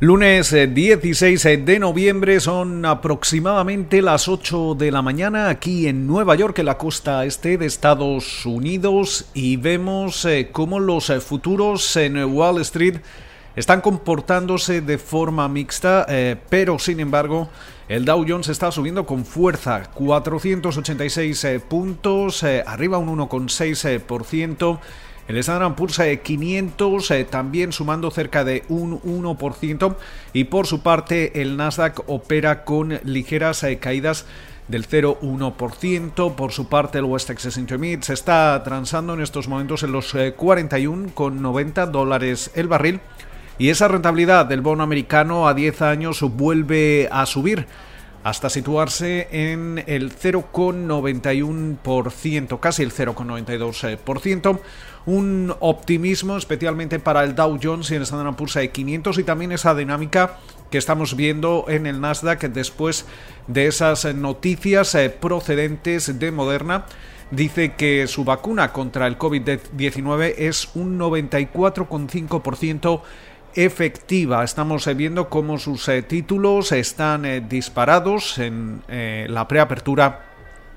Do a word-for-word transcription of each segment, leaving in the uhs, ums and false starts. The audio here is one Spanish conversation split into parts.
Lunes dieciséis de noviembre, son aproximadamente las ocho de la mañana aquí en Nueva York, en la costa este de Estados Unidos, y vemos eh, cómo los eh, futuros en Wall Street están comportándose de forma mixta, eh, pero sin embargo el Dow Jones está subiendo con fuerza, cuatrocientos ochenta y seis eh, puntos, eh, arriba un uno coma seis por ciento. El Standard and Poor's quinientos eh, también sumando cerca de un uno por ciento, y por su parte el Nasdaq opera con ligeras eh, caídas del cero coma uno por ciento. Por su parte el West Texas Intermediate se está transando en estos momentos en los eh, cuarenta y uno coma noventa dólares el barril, y esa rentabilidad del bono americano a diez años vuelve a subir hasta situarse en el cero coma noventa y uno por ciento, casi el cero coma noventa y dos por ciento. Un optimismo especialmente para el Dow Jones y el Standard and Poor's quinientos, y también esa dinámica que estamos viendo en el Nasdaq después de esas noticias procedentes de Moderna. Dice que su vacuna contra el covid diecinueve es un noventa y cuatro coma cinco por ciento efectiva. Estamos viendo cómo sus eh, títulos están eh, disparados en eh, la preapertura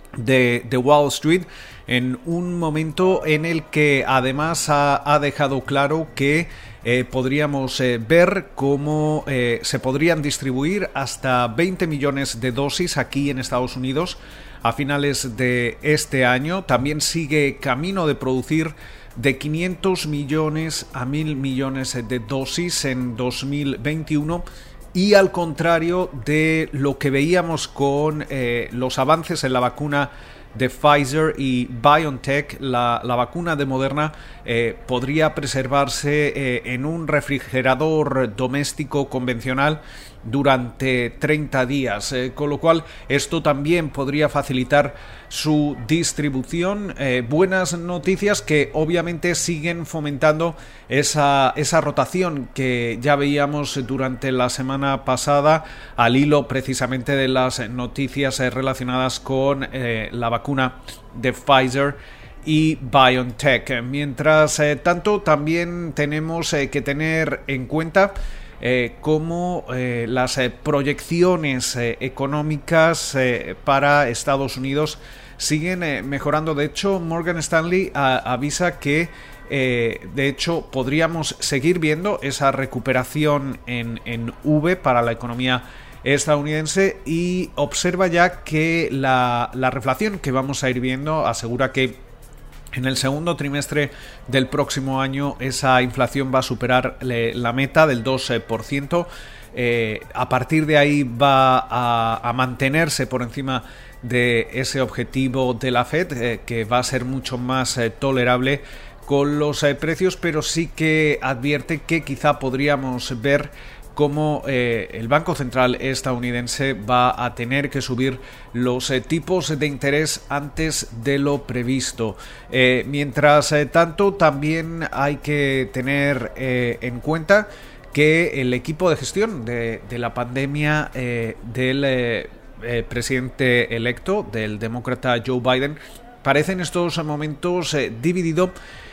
de, de Wall Street, en un momento en el que además ha, ha dejado claro que eh, podríamos eh, ver cómo eh, se podrían distribuir hasta veinte millones de dosis aquí en Estados Unidos a finales de este año. También sigue camino de producir de quinientos millones a mil millones de dosis en dos mil veintiuno, y al contrario de lo que veíamos con eh, los avances en la vacuna de Pfizer y BioNTech, la, la vacuna de Moderna eh, podría preservarse eh, en un refrigerador doméstico convencional durante treinta días, eh, con lo cual esto también podría facilitar su distribución. Eh, buenas noticias que obviamente siguen fomentando esa, esa rotación que ya veíamos durante la semana pasada, al hilo precisamente de las noticias eh, relacionadas con eh, la vacuna de Pfizer y BioNTech. Mientras eh, tanto, también tenemos eh, que tener en cuenta Eh, cómo eh, las eh, proyecciones eh, económicas eh, para Estados Unidos siguen eh, mejorando. De hecho, Morgan Stanley a, avisa que eh, de hecho podríamos seguir viendo esa recuperación en, en V para la economía estadounidense, y observa ya que la, la reflación que vamos a ir viendo asegura que en el segundo trimestre del próximo año esa inflación va a superar la meta del dos por ciento. Eh, a partir de ahí va a, a mantenerse por encima de ese objetivo de la Fed, eh, que va a ser mucho más eh, tolerable con los eh, precios, pero sí que advierte que quizá podríamos ver cómo eh, el Banco Central estadounidense va a tener que subir los eh, tipos de interés antes de lo previsto. Eh, mientras eh, tanto, también hay que tener eh, en cuenta que el equipo de gestión de, de la pandemia eh, del eh, eh, presidente electo, del demócrata Joe Biden, parece en estos momentos eh, dividido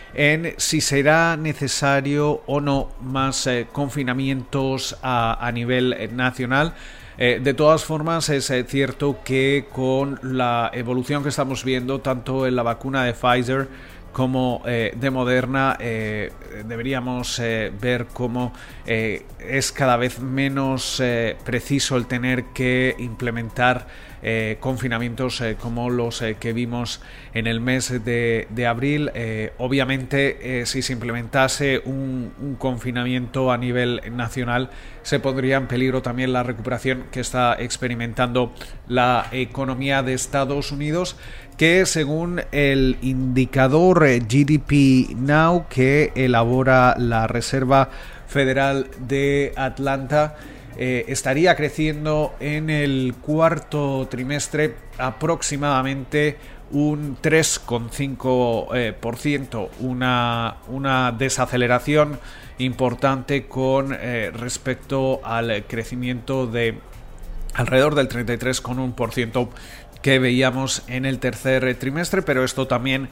en si será necesario o no más eh, confinamientos a, a nivel eh, nacional. Eh, de todas formas, es eh, cierto que con la evolución que estamos viendo tanto en la vacuna de Pfizer como eh, de Moderna, eh, deberíamos eh, ver cómo eh, es cada vez menos eh, preciso el tener que implementar eh, confinamientos eh, como los eh, que vimos en el mes de, de abril. Eh, obviamente, eh, si se implementase un, un confinamiento a nivel nacional, se pondría en peligro también la recuperación que está experimentando la economía de Estados Unidos, que según el indicador G D P Now que elabora la Reserva Federal de Atlanta, eh, estaría creciendo en el cuarto trimestre aproximadamente un tres coma cinco por ciento, una, una desaceleración importante con eh, respecto al crecimiento de alrededor del treinta y tres coma uno por ciento que veíamos en el tercer trimestre, pero esto también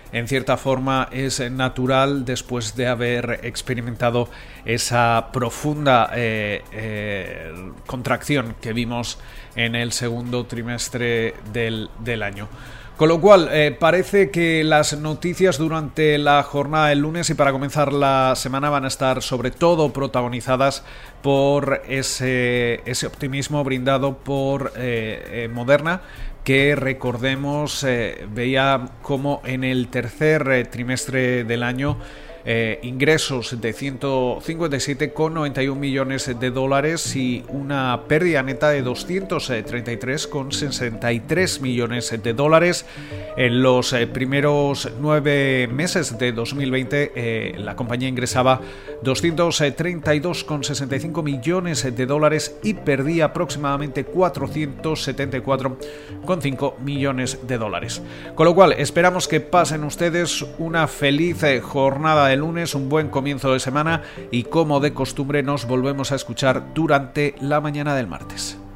en cierta forma es natural después de haber experimentado esa profunda eh, eh, contracción que vimos en el segundo trimestre del, del año. Con lo cual, eh, parece que las noticias durante la jornada del lunes y para comenzar la semana van a estar sobre todo protagonizadas por ese, ese optimismo brindado por eh, eh, Moderna, que recordemos eh, veía como en el tercer eh, trimestre del año Eh, ingresos de ciento cincuenta y siete coma noventa y uno millones de dólares y una pérdida neta de doscientos treinta y tres coma sesenta y tres millones de dólares. En los eh, primeros nueve meses de dos mil veinte eh, la compañía ingresaba doscientos treinta y dos coma sesenta y cinco millones de dólares y perdía aproximadamente cuatrocientos setenta y cuatro coma cinco millones de dólares. Con lo cual esperamos que pasen ustedes una feliz eh, jornada de lunes, un buen comienzo de semana y como de costumbre nos volvemos a escuchar durante la mañana del martes.